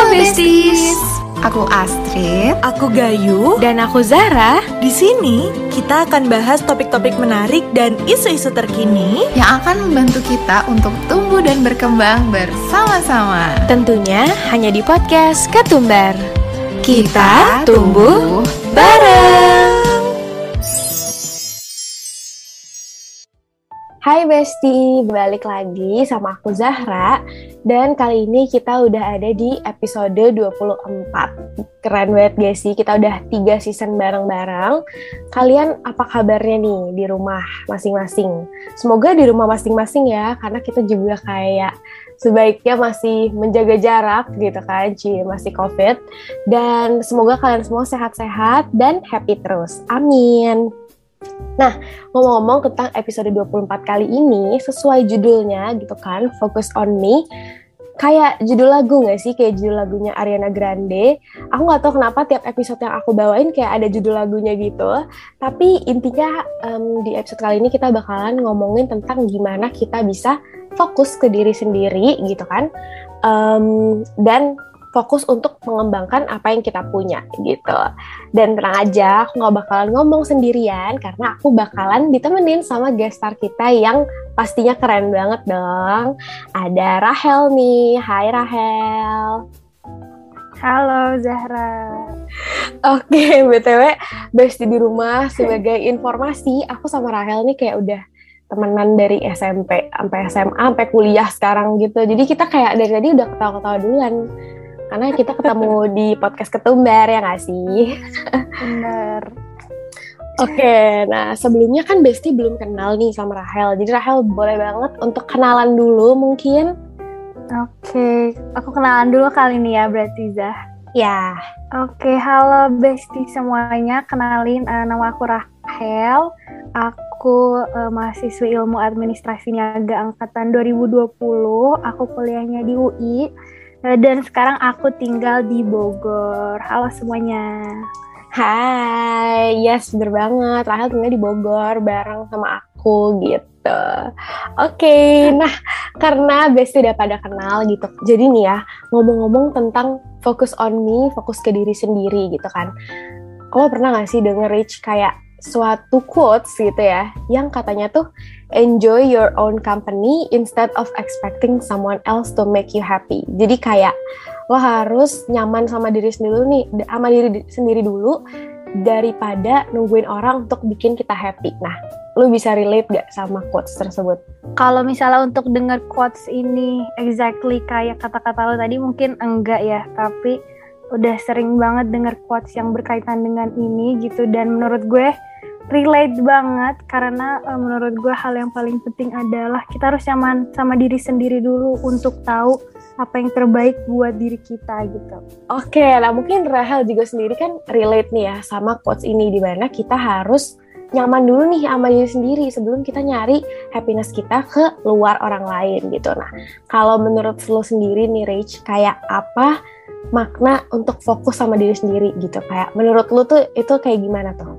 Besties. Aku Astrid, aku Gayu, dan aku Zara. Di sini kita akan bahas topik-topik menarik dan isu-isu terkini yang akan membantu kita untuk tumbuh dan berkembang bersama-sama. Tentunya hanya di podcast Ketumbar. Kita tumbuh bareng. Hai Besti, balik lagi sama aku Zahra. Dan kali ini kita udah ada di episode 24. Keren banget gak sih, kita udah 3 season bareng-bareng. Kalian apa kabarnya nih di rumah masing-masing? Semoga di rumah masing-masing ya, karena kita juga kayak sebaiknya masih menjaga jarak gitu kan, masih COVID. Dan semoga kalian semua sehat-sehat dan happy terus. Amin. Nah, ngomong-ngomong tentang episode 24 kali ini, sesuai judulnya gitu kan, Focus on Me, kayak judul lagu gak sih? Kayak judul lagunya Ariana Grande. Aku gak tahu kenapa tiap episode yang aku bawain kayak ada judul lagunya gitu. Tapi intinya di episode kali ini kita bakalan ngomongin tentang gimana kita bisa fokus ke diri sendiri gitu kan. Dan fokus untuk mengembangkan apa yang kita punya gitu. Dan tenang aja, aku gak bakalan ngomong sendirian karena aku bakalan ditemenin sama guest star kita yang pastinya keren banget dong. Ada Rahel nih. Hai Rahel. Halo Zahra. Oke, BTW Besti di rumah, sebagai informasi, aku sama Rahel nih kayak udah temenan dari SMP sampai SMA sampai kuliah sekarang gitu. Jadi kita kayak dari tadi udah ketawa-ketawa duluan. Karena kita ketemu di podcast Ketumbar, ya nggak sih? Bener. Oke, nah sebelumnya kan Besti belum kenal nih sama Rahel. Jadi Rahel boleh banget untuk kenalan dulu mungkin. Oke, aku kenalan dulu kali ini ya berarti Zah. Ya. Oke, halo Besti semuanya. Kenalin, nama aku Rahel. Aku mahasiswi ilmu administrasi niaga angkatan 2020. Aku kuliahnya di UI. Dan sekarang aku tinggal di Bogor. Halo semuanya. Hai, yes bener banget. Rahel tinggal di Bogor bareng sama aku gitu. Oke, nah karena Besti udah pada kenal gitu. Jadi nih ya, ngomong-ngomong tentang focus on me, fokus ke diri sendiri gitu kan. Lo pernah gak sih denger Rich kayak suatu quotes gitu ya, yang katanya tuh enjoy your own company instead of expecting someone else to make you happy. Jadi kayak lo harus nyaman sama diri sendiri nih, sama diri sendiri dulu daripada nungguin orang untuk bikin kita happy. Nah, lo bisa relate gak sama quotes tersebut? Kalau misalnya untuk dengar quotes ini exactly kayak kata-kata lo tadi mungkin enggak ya, tapi udah sering banget dengar quotes yang berkaitan dengan ini gitu, dan menurut gue relate banget karena menurut gue hal yang paling penting adalah kita harus nyaman sama diri sendiri dulu untuk tahu apa yang terbaik buat diri kita gitu. Oke, nah mungkin Rahel juga sendiri kan relate nih ya sama quotes ini, di mana kita harus nyaman dulu nih sama diri sendiri sebelum kita nyari happiness kita ke luar orang lain gitu. Nah, kalau menurut lo sendiri nih Rach, kayak apa makna untuk fokus sama diri sendiri gitu? Kayak menurut lo tuh itu kayak gimana tuh?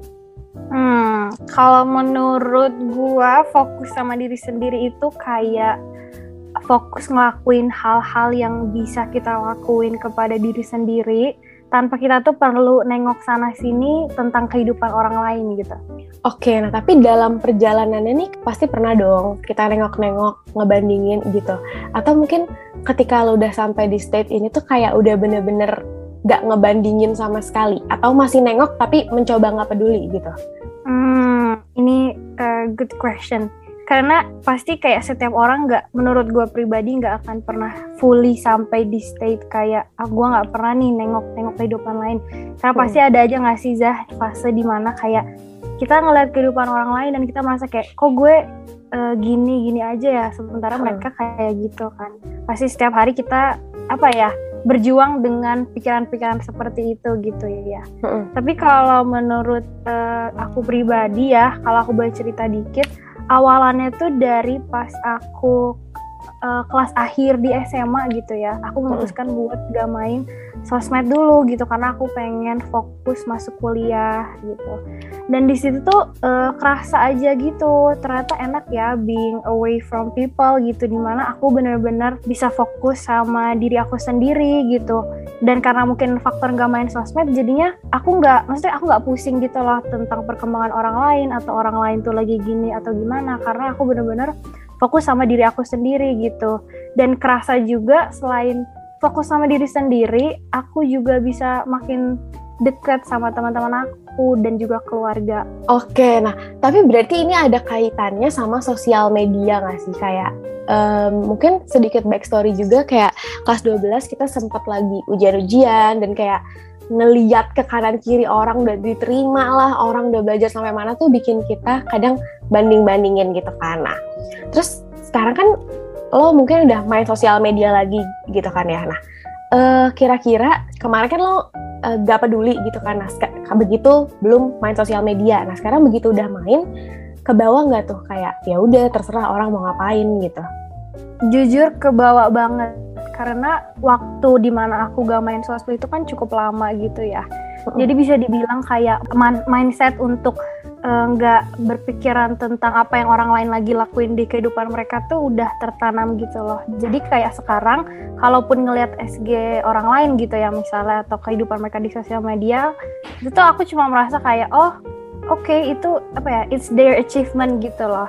Kalau menurut gua fokus sama diri sendiri itu kayak fokus ngelakuin hal-hal yang bisa kita lakuin kepada diri sendiri tanpa kita tuh perlu nengok sana sini tentang kehidupan orang lain gitu. Oke, nah tapi dalam perjalanannya nih pasti pernah dong kita nengok-nengok, ngebandingin gitu. Atau mungkin ketika lo udah sampai di state ini tuh kayak udah bener-bener gak ngebandingin sama sekali, atau masih nengok tapi mencoba gak peduli gitu? Ini good question. Karena pasti kayak setiap orang menurut gue pribadi gak akan pernah fully sampai di state kayak gue gak pernah nih nengok-nengok kehidupan lain. Karena pasti ada aja gak sih Zah fase dimana kayak kita ngeliat kehidupan orang lain dan kita merasa kayak kok gue gini aja ya, sementara mereka kayak gitu kan. Pasti setiap hari kita berjuang dengan pikiran-pikiran seperti itu gitu ya. Tapi kalau menurut aku pribadi ya, kalau aku boleh cerita dikit, awalannya tuh dari pas aku kelas akhir di SMA gitu ya, aku memutuskan buat gak main sosmed dulu gitu karena aku pengen fokus masuk kuliah gitu. Dan di situ tuh kerasa aja gitu, ternyata enak ya being away from people gitu, dimana aku bener-bener bisa fokus sama diri aku sendiri gitu. Dan karena mungkin faktor gak main sosmed, jadinya aku nggak pusing gitu loh tentang perkembangan orang lain atau orang lain tuh lagi gini atau gimana, karena aku bener-bener fokus sama diri aku sendiri gitu. Dan kerasa juga selain fokus sama diri sendiri, aku juga bisa makin dekat sama teman-teman aku dan juga keluarga. Oke, nah tapi berarti ini ada kaitannya sama sosial media nggak sih? Kayak mungkin sedikit backstory juga, kayak kelas 12 kita sempat lagi ujian-ujian dan kayak ngeliat ke kanan kiri orang udah diterima lah, orang udah belajar sampai mana tuh bikin kita kadang banding-bandingin gitu kan. Nah, terus sekarang kan lo mungkin udah main sosial media lagi gitu kan ya. Nah, kira-kira kemarin kan lo gak peduli gitu kan. Nah, begitu belum main sosial media. Nah, sekarang begitu udah main, ke bawah nggak tuh kayak ya udah terserah orang mau ngapain gitu? Jujur kebawa banget, karena waktu dimana aku gak main sosmed itu kan cukup lama gitu ya. Jadi bisa dibilang kayak mindset untuk nggak berpikiran tentang apa yang orang lain lagi lakuin di kehidupan mereka tuh udah tertanam gitu loh. Jadi kayak sekarang kalaupun ngelihat SG orang lain gitu ya misalnya, atau kehidupan mereka di sosial media, itu tuh aku cuma merasa kayak oke, itu apa ya, it's their achievement gitu loh.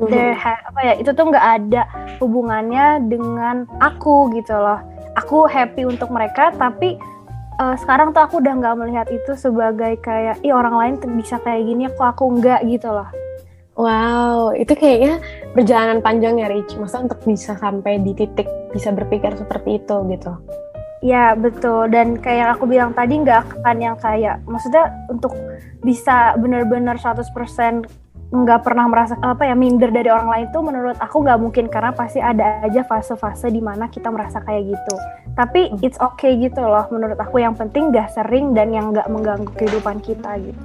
Itu tuh nggak ada hubungannya dengan aku gitu loh. Aku happy untuk mereka, tapi sekarang tuh aku udah nggak melihat itu sebagai kayak orang lain tuh bisa kayak gini, kok aku nggak gitu loh. Wow, itu kayaknya perjalanan panjang ya Rich, masa untuk bisa sampai di titik bisa berpikir seperti itu gitu. Ya betul, dan kayak aku bilang tadi, nggak akan yang kayak, maksudnya untuk bisa benar-benar 100% nggak pernah merasa minder dari orang lain tuh menurut aku nggak mungkin, karena pasti ada aja fase-fase di mana kita merasa kayak gitu. Tapi it's okay gitu loh menurut aku, yang penting nggak sering dan yang nggak mengganggu kehidupan kita gitu.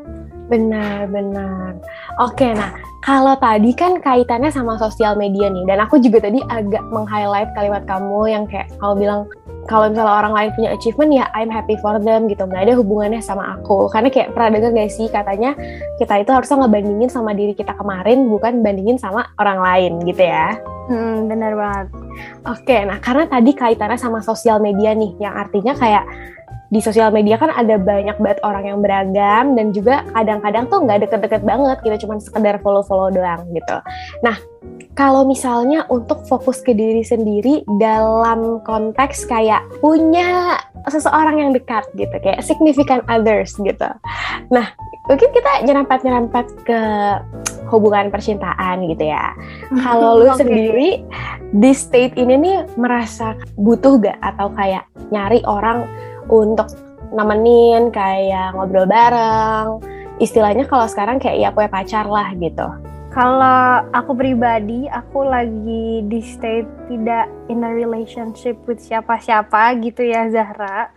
Benar. Oke, nah kalau tadi kan kaitannya sama sosial media nih, dan aku juga tadi agak meng-highlight kalimat kamu yang kayak kamu bilang kalau misalnya orang lain punya achievement ya I'm happy for them gitu, nggak ada hubungannya sama aku. Karena kayak pernah dengar gak sih katanya kita itu harusnya ngebandingin sama diri kita kemarin, bukan bandingin sama orang lain gitu ya. Benar banget. Oke, nah karena tadi kaitannya sama sosial media nih, yang artinya kayak di sosial media kan ada banyak banget orang yang beragam, dan juga kadang-kadang tuh nggak deket-deket banget gitu, cuma sekedar follow-follow doang gitu. Nah, kalau misalnya untuk fokus ke diri sendiri dalam konteks kayak punya seseorang yang dekat gitu, kayak significant others gitu. Nah, mungkin kita nyerempet ke hubungan percintaan gitu ya. Kalau lu sendiri di state ini nih merasa butuh gak, atau kayak nyari orang untuk nemenin kayak ngobrol bareng, istilahnya kalau sekarang kayak ya punya pacar lah gitu? Kalau aku pribadi, aku lagi di state tidak in a relationship with siapa-siapa gitu ya Zahra.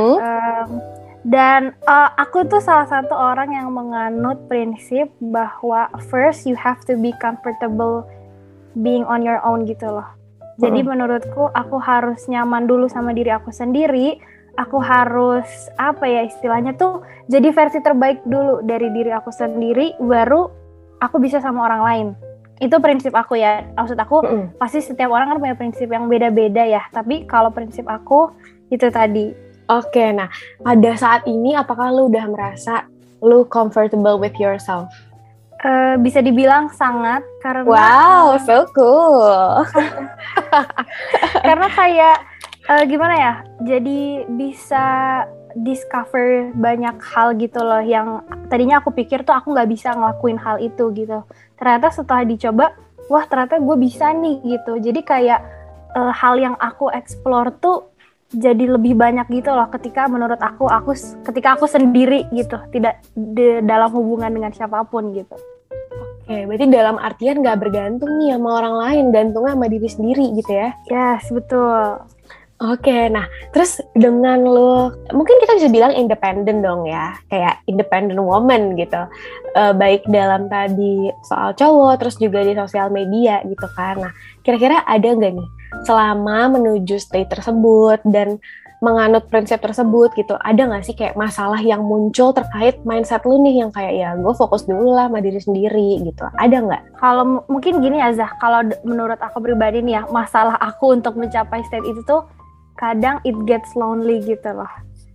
Dan aku tuh salah satu orang yang menganut prinsip bahwa first you have to be comfortable being on your own gitu loh. Jadi menurutku aku harus nyaman dulu sama diri aku sendiri. Aku harus istilahnya tuh jadi versi terbaik dulu dari diri aku sendiri, baru aku bisa sama orang lain. Itu prinsip aku ya. Maksud aku pasti setiap orang kan punya prinsip yang beda-beda ya. Tapi kalau prinsip aku itu tadi. Oke, nah pada saat ini apakah lu udah merasa lu comfortable with yourself? Bisa dibilang sangat, karena wow, so cool. Karena kayak gimana ya, jadi bisa discover banyak hal gitu loh, yang tadinya aku pikir tuh aku nggak bisa ngelakuin hal itu gitu. Ternyata setelah dicoba, wah ternyata gue bisa nih gitu. Jadi kayak hal yang aku explore tuh jadi lebih banyak gitu loh ketika menurut aku ketika aku sendiri gitu, tidak dalam hubungan dengan siapapun gitu. Oke, berarti dalam artian nggak bergantung nih sama orang lain, gantungnya sama diri sendiri gitu ya? Yes, betul. Oke, nah terus dengan lo, mungkin kita bisa bilang independen dong ya, kayak independent woman gitu, baik dalam tadi soal cowok, terus juga di sosial media gitu kan. Nah, kira-kira ada nggak nih selama menuju state tersebut dan menganut prinsip tersebut gitu, ada nggak sih kayak masalah yang muncul terkait mindset lu nih yang kayak ya gue fokus dulu lah sama diri sendiri gitu, ada nggak? Kalau mungkin gini ya Zah, kalau menurut aku pribadi nih ya, masalah aku untuk mencapai state itu tuh kadang it gets lonely gitu loh.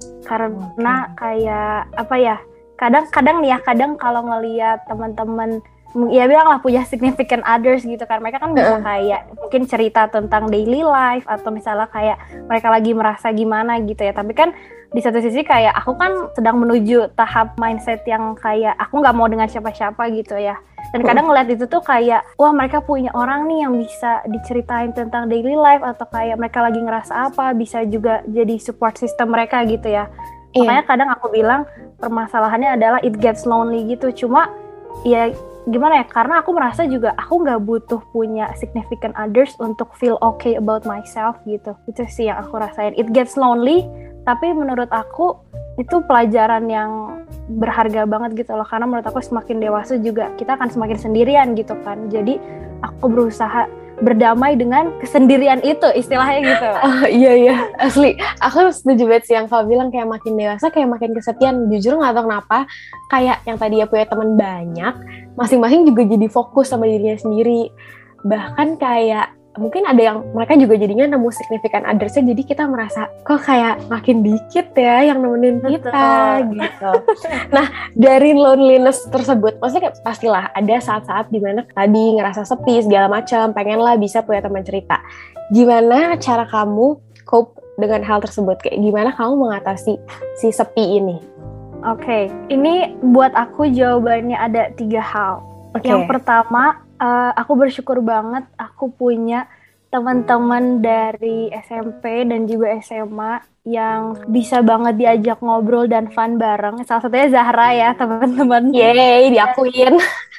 Karena kayak apa ya, kadang nih ya, kadang kalau ngelihat teman-teman ya bilang lah punya significant others gitu kan, mereka kan bisa kayak mungkin cerita tentang daily life atau misalnya kayak mereka lagi merasa gimana gitu ya, tapi kan di satu sisi kayak aku kan sedang menuju tahap mindset yang kayak aku nggak mau dengan siapa-siapa gitu ya, dan kadang ngeliat itu tuh kayak wah mereka punya orang nih yang bisa diceritain tentang daily life, atau kayak mereka lagi ngerasa apa, bisa juga jadi support system mereka gitu ya. Makanya kadang aku bilang permasalahannya adalah it gets lonely gitu, cuma ya gimana ya, karena aku merasa juga aku nggak butuh punya significant others untuk feel okay about myself gitu. Itu sih yang aku rasain, it gets lonely, tapi menurut aku itu pelajaran yang berharga banget gitu loh, karena menurut aku semakin dewasa juga kita akan semakin sendirian gitu kan, jadi aku berusaha berdamai dengan kesendirian itu, istilahnya gitu. Oh iya asli, aku setuju banget sih yang kau bilang, kayak makin dewasa kayak makin kesepian. Jujur nggak tahu kenapa, kayak yang tadi ya punya teman banyak, masing-masing juga jadi fokus sama dirinya sendiri. Bahkan kayak mungkin ada yang mereka juga jadinya nemu significant others-nya, jadi kita merasa kok kayak makin dikit ya yang nemenin kita gitu. Nah, dari loneliness tersebut, maksudnya kayak pastilah ada saat-saat dimana tadi ngerasa sepi segala macam, pengen lah bisa punya teman cerita. Gimana cara kamu cope dengan hal tersebut? Kayak gimana kamu mengatasi si sepi ini? Oke, ini buat aku jawabannya ada 3 hal. Yang pertama, aku bersyukur banget aku punya teman-teman dari SMP dan juga SMA yang bisa banget diajak ngobrol dan fun bareng. Salah satunya Zahra ya, teman-teman. Yeay, diakuin.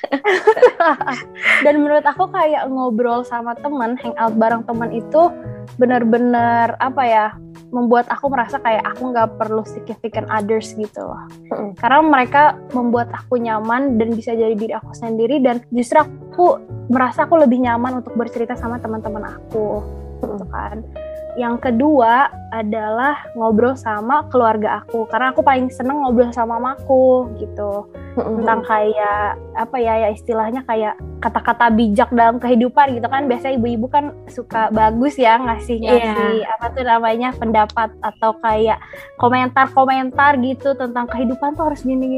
Dan menurut aku kayak ngobrol sama teman, hangout bareng teman itu benar-benar apa ya, membuat aku merasa kayak aku nggak perlu significant others gitu loh. Karena mereka membuat aku nyaman dan bisa jadi diri aku sendiri, dan justru aku merasa aku lebih nyaman untuk bercerita sama teman-teman aku gitu kan. Yang kedua adalah ngobrol sama keluarga aku, karena aku paling seneng ngobrol sama mamaku gitu, tentang kayak apa ya istilahnya kayak kata-kata bijak dalam kehidupan gitu kan. Biasanya ibu-ibu kan suka bagus ya ngasih apa tuh namanya, pendapat atau kayak komentar-komentar gitu tentang kehidupan tuh harus gini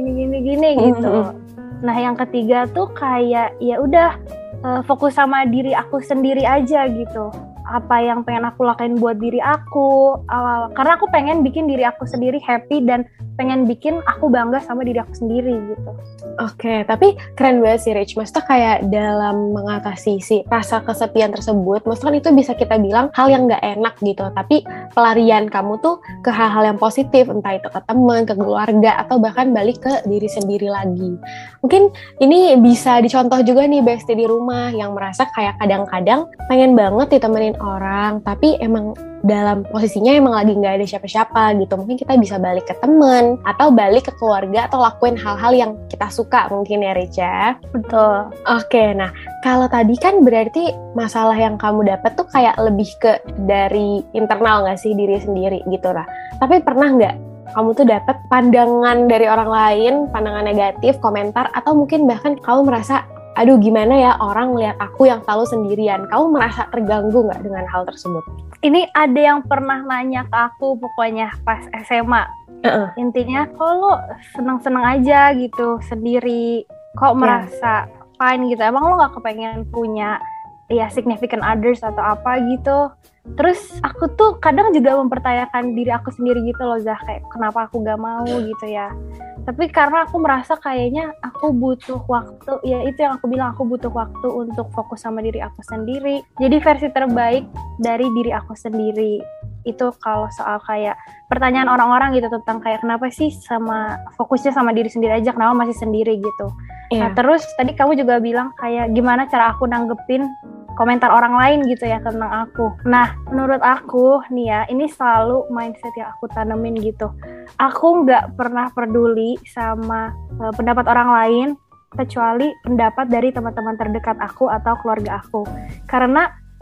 gitu. Nah yang ketiga tuh kayak ya udah fokus sama diri aku sendiri aja gitu. Apa yang pengen aku lakuin buat diri aku, karena aku pengen bikin diri aku sendiri happy dan pengen bikin aku bangga sama diri aku sendiri gitu. Oke, tapi keren banget sih Rich. Maksudnya kayak dalam mengatasi si rasa kesepian tersebut, maksudnya itu bisa kita bilang hal yang gak enak gitu, tapi pelarian kamu tuh ke hal-hal yang positif, entah itu ke teman, ke keluarga, atau bahkan balik ke diri sendiri lagi. Mungkin ini bisa dicontoh juga nih bestie di rumah yang merasa kayak kadang-kadang pengen banget ditemenin orang, tapi emang dalam posisinya emang lagi nggak ada siapa-siapa gitu. Mungkin kita bisa balik ke teman atau balik ke keluarga atau lakuin hal-hal yang kita suka mungkin ya Richa. Betul. Oke, nah kalau tadi kan berarti masalah yang kamu dapat tuh kayak lebih ke dari internal nggak sih, diri sendiri gitu lah. Tapi pernah nggak kamu tuh dapat pandangan dari orang lain, pandangan negatif, komentar, atau mungkin bahkan kamu merasa aduh gimana ya orang lihat aku yang selalu sendirian. Kamu merasa terganggu nggak dengan hal tersebut? Ini ada yang pernah nanya ke aku pokoknya pas SMA. Intinya kok lo seneng-seneng aja gitu sendiri, kok merasa fine gitu, emang lo gak kepengen punya ya significant others atau apa gitu. Terus aku tuh kadang juga mempertanyakan diri aku sendiri gitu loh Zah, kayak kenapa aku gak mau gitu ya. Tapi karena aku merasa kayaknya aku butuh waktu, ya itu yang aku bilang, aku butuh waktu untuk fokus sama diri aku sendiri. Jadi versi terbaik dari diri aku sendiri. Itu kalau soal kayak pertanyaan orang-orang gitu tentang kayak kenapa sih sama fokusnya sama diri sendiri aja, kenapa masih sendiri gitu. Nah terus tadi kamu juga bilang kayak gimana cara aku nanggepin komentar orang lain gitu ya tentang aku. Nah, menurut aku nih ya, ini selalu mindset yang aku tanemin gitu. Aku nggak pernah peduli sama pendapat orang lain, kecuali pendapat dari teman-teman terdekat aku atau keluarga aku. Karena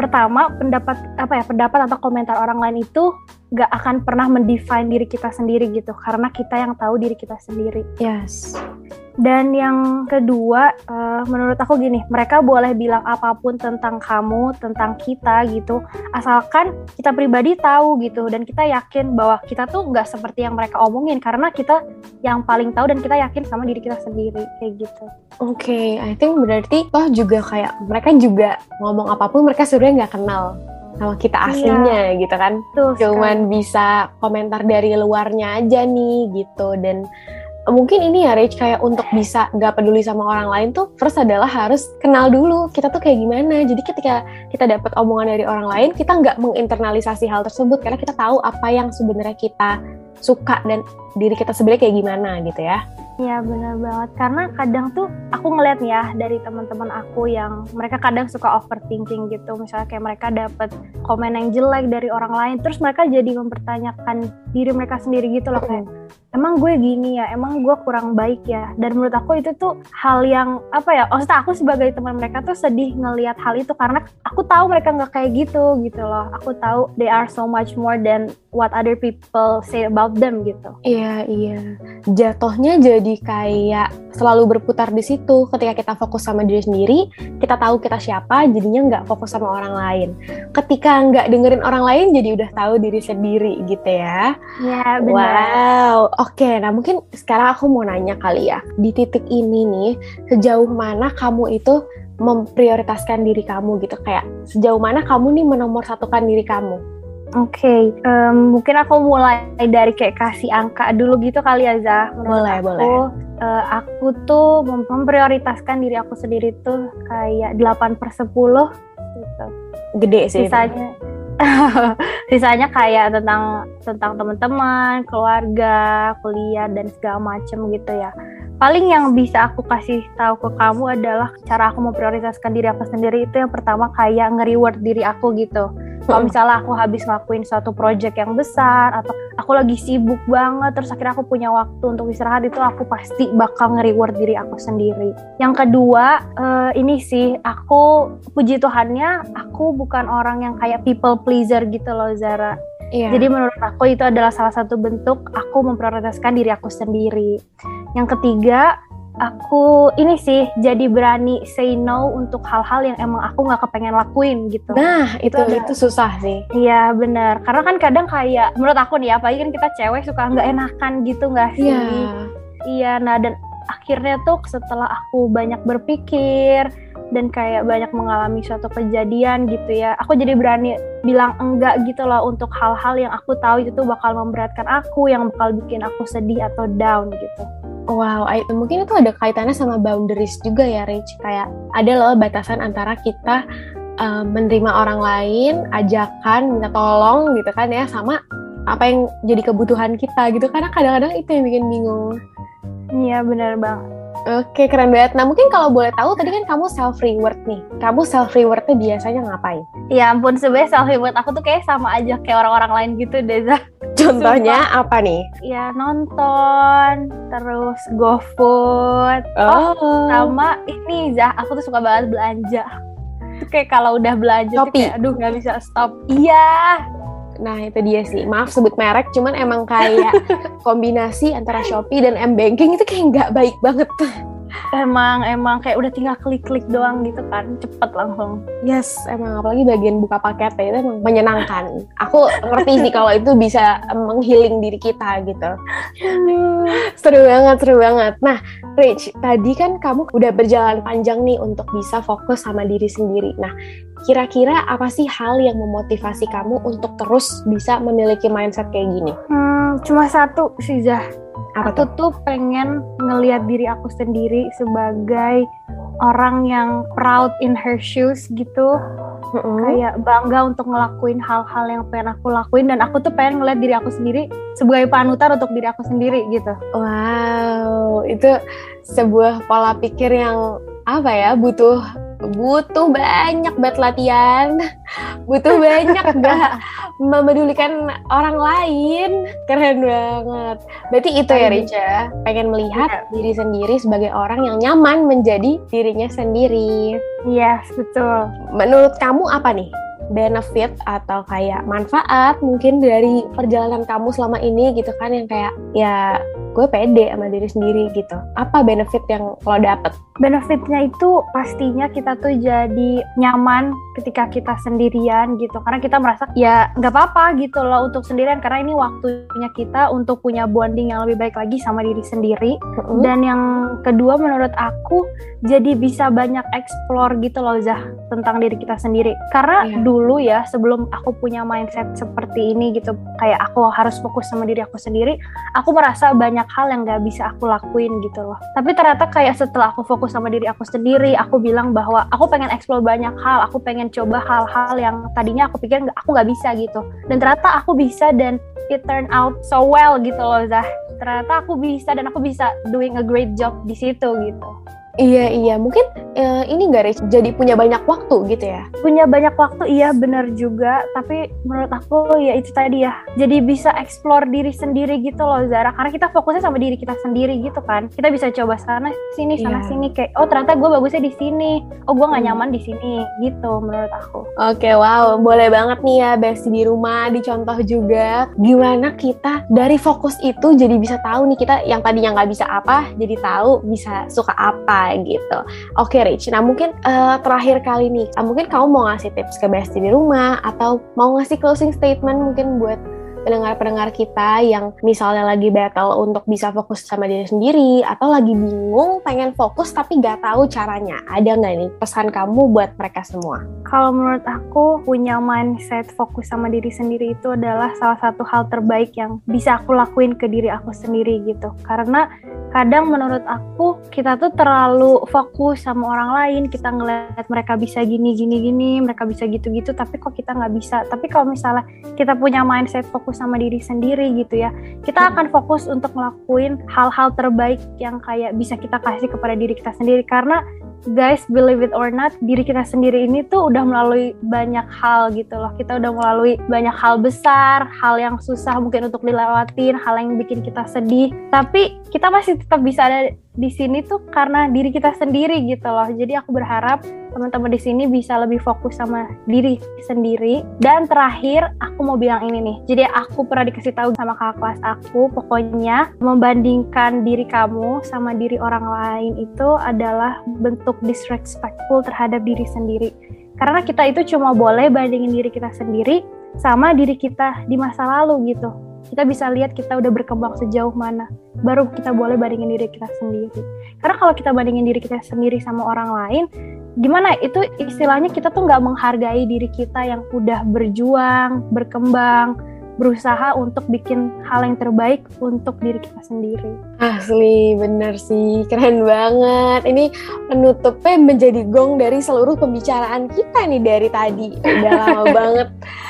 pertama, pendapat atau komentar orang lain itu gak akan pernah mendefine diri kita sendiri gitu, karena kita yang tahu diri kita sendiri. Yes. Dan yang kedua, menurut aku gini, mereka boleh bilang apapun tentang kamu, tentang kita gitu, asalkan kita pribadi tahu gitu, dan kita yakin bahwa kita tuh nggak seperti yang mereka omongin, karena kita yang paling tahu dan kita yakin sama diri kita sendiri, kayak gitu. Oke, I think berarti juga kayak mereka juga ngomong apapun, mereka sebenarnya nggak kenal sama kita aslinya gitu kan. Cuman bisa komentar dari luarnya aja nih gitu. Dan mungkin ini ya Rach, kayak untuk bisa gak peduli sama orang lain tuh first adalah harus kenal dulu kita tuh kayak gimana. Jadi ketika kita dapat omongan dari orang lain, kita gak menginternalisasi hal tersebut karena kita tahu apa yang sebenarnya kita suka dan diri kita sebenarnya kayak gimana gitu ya. Iya benar banget, karena kadang tuh aku ngeliat nih ya dari teman-teman aku yang mereka kadang suka overthinking gitu, misalnya kayak mereka dapat komen yang jelek dari orang lain, terus mereka jadi mempertanyakan diri mereka sendiri gitu loh, kayak emang gue gini ya, emang gue kurang baik ya. Dan menurut aku itu tuh hal yang maksudnya aku sebagai teman mereka tuh sedih ngelihat hal itu, karena aku tahu mereka nggak kayak gitu loh. Aku tahu they are so much more than what other people say about them gitu. Iya. Jatuhnya jadi kayak selalu berputar di situ. Ketika kita fokus sama diri sendiri, kita tahu kita siapa, jadinya nggak fokus sama orang lain. Ketika nggak dengerin orang lain, jadi udah tahu diri sendiri gitu ya. Iya benar. Wow. Oke, nah mungkin sekarang aku mau nanya kali ya, di titik ini nih, sejauh mana kamu itu memprioritaskan diri kamu gitu, kayak sejauh mana kamu nih menomorsatukan diri kamu? Oke, mungkin aku mulai dari kayak kasih angka dulu gitu kali ya, Zah. Boleh. Aku tuh memprioritaskan diri aku sendiri tuh kayak 8/10 gitu. Gede sih. Sisanya kayak tentang teman-teman, keluarga, kuliah dan segala macem gitu ya. Paling yang bisa aku kasih tahu ke kamu adalah cara aku memprioritaskan diri aku sendiri itu yang pertama kayak nge-reward diri aku gitu. Kalau misalnya aku habis ngelakuin suatu project yang besar atau aku lagi sibuk banget terus akhirnya aku punya waktu untuk istirahat, itu aku pasti bakal nge-reward diri aku sendiri. Yang kedua, ini sih aku puji Tuhannya aku bukan orang yang kayak people pleaser gitu loh, Zara. Iya. Jadi menurut aku itu adalah salah satu bentuk aku memprioritaskan diri aku sendiri. Yang ketiga, aku ini sih jadi berani say no untuk hal-hal yang emang aku nggak kepengen lakuin gitu. Nah itu susah sih. Iya benar, karena kan kadang kayak menurut aku nih, apalagi kan kita cewek suka nggak enakan gitu nggak sih? Iya. Nah dan akhirnya tuh setelah aku banyak berpikir dan kayak banyak mengalami suatu kejadian gitu ya, aku jadi berani bilang enggak gitu loh untuk hal-hal yang aku tahu itu bakal memberatkan aku, yang bakal bikin aku sedih atau down gitu. Wow, mungkin itu ada kaitannya sama boundaries juga ya, Rich. Kayak ada loh batasan antara kita menerima orang lain, ajakan, minta tolong gitu kan ya, sama apa yang jadi kebutuhan kita gitu. Karena kadang-kadang itu yang bikin bingung. Iya, benar banget. Oke, keren banget. Nah, mungkin kalau boleh tahu, tadi kan kamu self-reward nih. Kamu self-rewardnya biasanya ngapain? Ya ampun, sebenarnya self-reward aku tuh kayak sama aja kayak orang-orang lain gitu deh, Zah. Contohnya apa nih? Ya nonton, terus GoFood. Sama ini, Zah, aku tuh suka banget belanja. Itu kayak kalau udah belanja tuh kayak aduh gak bisa stop. Iya. Nah itu dia sih, maaf sebut merek, cuman emang kayak kombinasi antara Shopee dan M-Banking itu kayak nggak baik banget. Emang kayak udah tinggal klik-klik doang gitu kan, cepet langsung. Yes, emang apalagi bagian buka paketnya itu emang menyenangkan. Aku ngerti sih kalau itu bisa menghealing diri kita gitu. Seru banget. Nah, Rich, tadi kan kamu udah berjalan panjang nih untuk bisa fokus sama diri sendiri. Nah, kira-kira apa sih hal yang memotivasi kamu untuk terus bisa memiliki mindset kayak gini? Cuma satu sih, Zah. Aku tuh pengen ngelihat diri aku sendiri sebagai orang yang proud in her shoes gitu. Kayak bangga untuk ngelakuin hal-hal yang pengen aku lakuin, dan aku tuh pengen ngelihat diri aku sendiri sebagai panutan untuk diri aku sendiri gitu. Wow, itu sebuah pola pikir yang butuh banyak banget latihan, butuh banyak gak memedulikan orang lain. Keren banget. Berarti itu ya, Rica, pengen melihat diri sendiri sebagai orang yang nyaman menjadi dirinya sendiri. Yes, betul. Menurut kamu apa nih benefit atau kayak manfaat mungkin dari perjalanan kamu selama ini gitu kan, yang kayak ya gue pede sama diri sendiri gitu. Apa benefit yang lo dapet? Benefitnya itu pastinya kita tuh jadi nyaman ketika kita sendirian gitu, karena kita merasa ya nggak apa-apa gitu loh untuk sendirian, karena ini waktunya kita untuk punya bonding yang lebih baik lagi sama diri sendiri. Dan yang kedua menurut aku jadi bisa banyak explore gitu loh Zah, tentang diri kita sendiri. Karena dulu ya sebelum aku punya mindset seperti ini gitu, kayak aku harus fokus sama diri aku sendiri, aku merasa banyak hal yang nggak bisa aku lakuin gitu loh. Tapi ternyata kayak setelah aku fokus sama diri aku sendiri, aku bilang bahwa aku pengen explore banyak hal, aku pengen coba hal-hal yang tadinya aku pikir aku nggak bisa gitu. Dan ternyata aku bisa, dan it turn out so well gitu loh Zah. Ternyata aku bisa, dan aku bisa doing a great job di situ gitu. Iya, mungkin ini nggak Rich, jadi punya banyak waktu gitu ya? Punya banyak waktu, iya benar juga. Tapi menurut aku ya itu tadi ya, jadi bisa explore diri sendiri gitu loh Zara. Karena kita fokusnya sama diri kita sendiri gitu kan. Kita bisa coba sana sini kayak oh ternyata gue bagusnya di sini, oh gue nggak nyaman di sini gitu menurut aku. Oke, wow, boleh banget nih ya Besti di rumah dicontoh juga gimana kita dari fokus itu jadi bisa tahu nih kita yang tadinya nggak bisa apa jadi tahu bisa suka apa gitu. Oke Rich, nah mungkin terakhir kali nih, mungkin kamu mau ngasih tips ke Besti di rumah atau mau ngasih closing statement mungkin buat pendengar-pendengar kita yang misalnya lagi battle untuk bisa fokus sama diri sendiri atau lagi bingung pengen fokus tapi gak tahu caranya. Ada nggak nih pesan kamu buat mereka semua? Kalau menurut aku, punya mindset fokus sama diri sendiri itu adalah salah satu hal terbaik yang bisa aku lakuin ke diri aku sendiri gitu. Karena kadang menurut aku kita tuh terlalu fokus sama orang lain, kita ngeliat mereka bisa gini, mereka bisa gitu-gitu, tapi kok kita nggak bisa. Tapi kalau misalnya kita punya mindset fokus sama diri sendiri gitu ya, kita akan fokus untuk ngelakuin hal-hal terbaik yang kayak bisa kita kasih kepada diri kita sendiri. Karena guys, believe it or not, diri kita sendiri ini tuh udah melalui banyak hal gitu loh. Kita udah melalui banyak hal besar, hal yang susah mungkin untuk dilewatin, hal yang bikin kita sedih. Tapi kita masih tetap bisa ada di sini tuh karena diri kita sendiri gitu loh. Jadi aku berharap teman-teman di sini bisa lebih fokus sama diri sendiri. Dan terakhir, aku mau bilang ini nih. Jadi aku pernah dikasih tahu sama kakak kelas aku, pokoknya membandingkan diri kamu sama diri orang lain itu adalah bentuk disrespectful terhadap diri sendiri. Karena kita itu cuma boleh bandingin diri kita sendiri sama diri kita di masa lalu gitu. Kita bisa lihat kita udah berkembang sejauh mana, baru kita boleh bandingin diri kita sendiri. Karena kalau kita bandingin diri kita sendiri sama orang lain, gimana, itu istilahnya kita tuh gak menghargai diri kita yang udah berjuang, berkembang, berusaha untuk bikin hal yang terbaik untuk diri kita sendiri. Asli, bener sih, keren banget. Ini penutupnya menjadi gong dari seluruh pembicaraan kita nih dari tadi. Udah lama banget.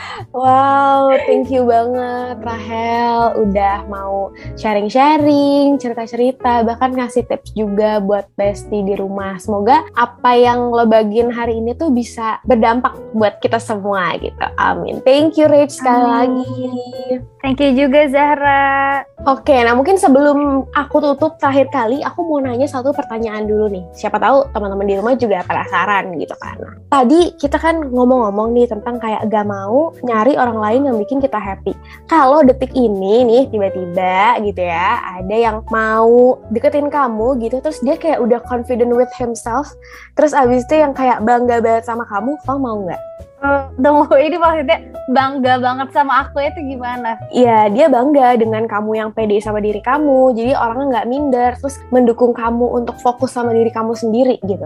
Wow, thank you banget Rahel udah mau sharing-sharing, cerita-cerita, bahkan ngasih tips juga buat Besti di rumah. Semoga apa yang lo bagiin hari ini tuh bisa berdampak buat kita semua gitu. Amin. Thank you Rich sekali lagi. Thank you juga Zahra. Oke, nah mungkin sebelum aku tutup terakhir kali, aku mau nanya satu pertanyaan dulu nih. Siapa tahu teman-teman di rumah juga penasaran gitu kan. Tadi kita kan ngomong-ngomong nih tentang kayak gak mau nyari orang lain yang bikin kita happy. Kalau detik ini nih tiba-tiba gitu ya, ada yang mau deketin kamu gitu, terus dia kayak udah confident with himself, terus abis itu yang kayak bangga banget sama kamu mau nggak? Tunggu, ini maksudnya bangga banget sama aku itu gimana? Iya, dia bangga dengan kamu yang pede sama diri kamu, jadi orangnya nggak minder, terus mendukung kamu untuk fokus sama diri kamu sendiri gitu.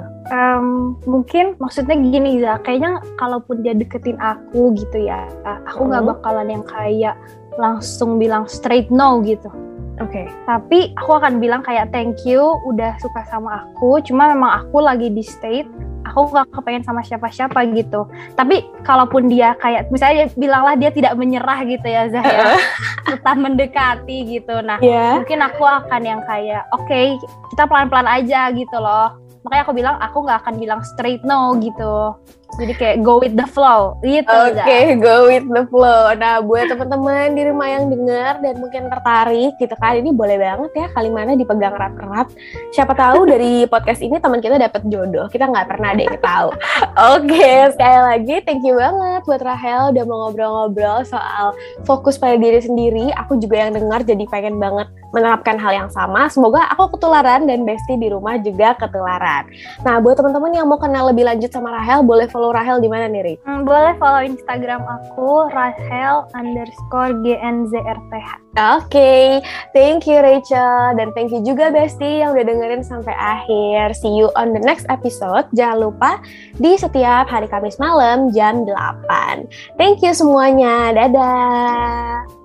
Mungkin maksudnya gini ya, kayaknya kalaupun dia deketin aku gitu ya, aku nggak bakalan yang kayak langsung bilang straight no gitu. Oke. Tapi aku akan bilang kayak thank you udah suka sama aku, cuma memang aku lagi di state aku gak kepengen sama siapa-siapa gitu. Tapi kalaupun dia kayak misalnya dia bilanglah dia tidak menyerah gitu ya Zahra, tetap mendekati gitu. Nah mungkin aku akan yang kayak oke, kita pelan-pelan aja gitu loh. Makanya aku bilang aku gak akan bilang straight no gitu. Jadi kayak go with the flow gitu. Oke, go with the flow. Nah, buat teman-teman di rumah yang dengar dan mungkin tertarik gitu kan, ini boleh banget ya kalimatnya dipegang erat-erat. Siapa tahu dari podcast ini teman kita dapat jodoh. Kita nggak pernah ada yang tahu. Oke, sekali lagi thank you banget buat Rahel udah mau ngobrol-ngobrol soal fokus pada diri sendiri. Aku juga yang dengar jadi pengen banget menerapkan hal yang sama. Semoga aku ketularan dan Besti di rumah juga ketularan. Nah, buat teman-teman yang mau kenal lebih lanjut sama Rahel, boleh follow Rahel di mana nih, Ri? Boleh follow Instagram aku Rahel_GNZRTH. Oke, thank you Rachel dan thank you juga Besti yang udah dengerin sampai akhir. See you on the next episode. Jangan lupa di setiap hari Kamis malam jam 8. Thank you semuanya. Dadah.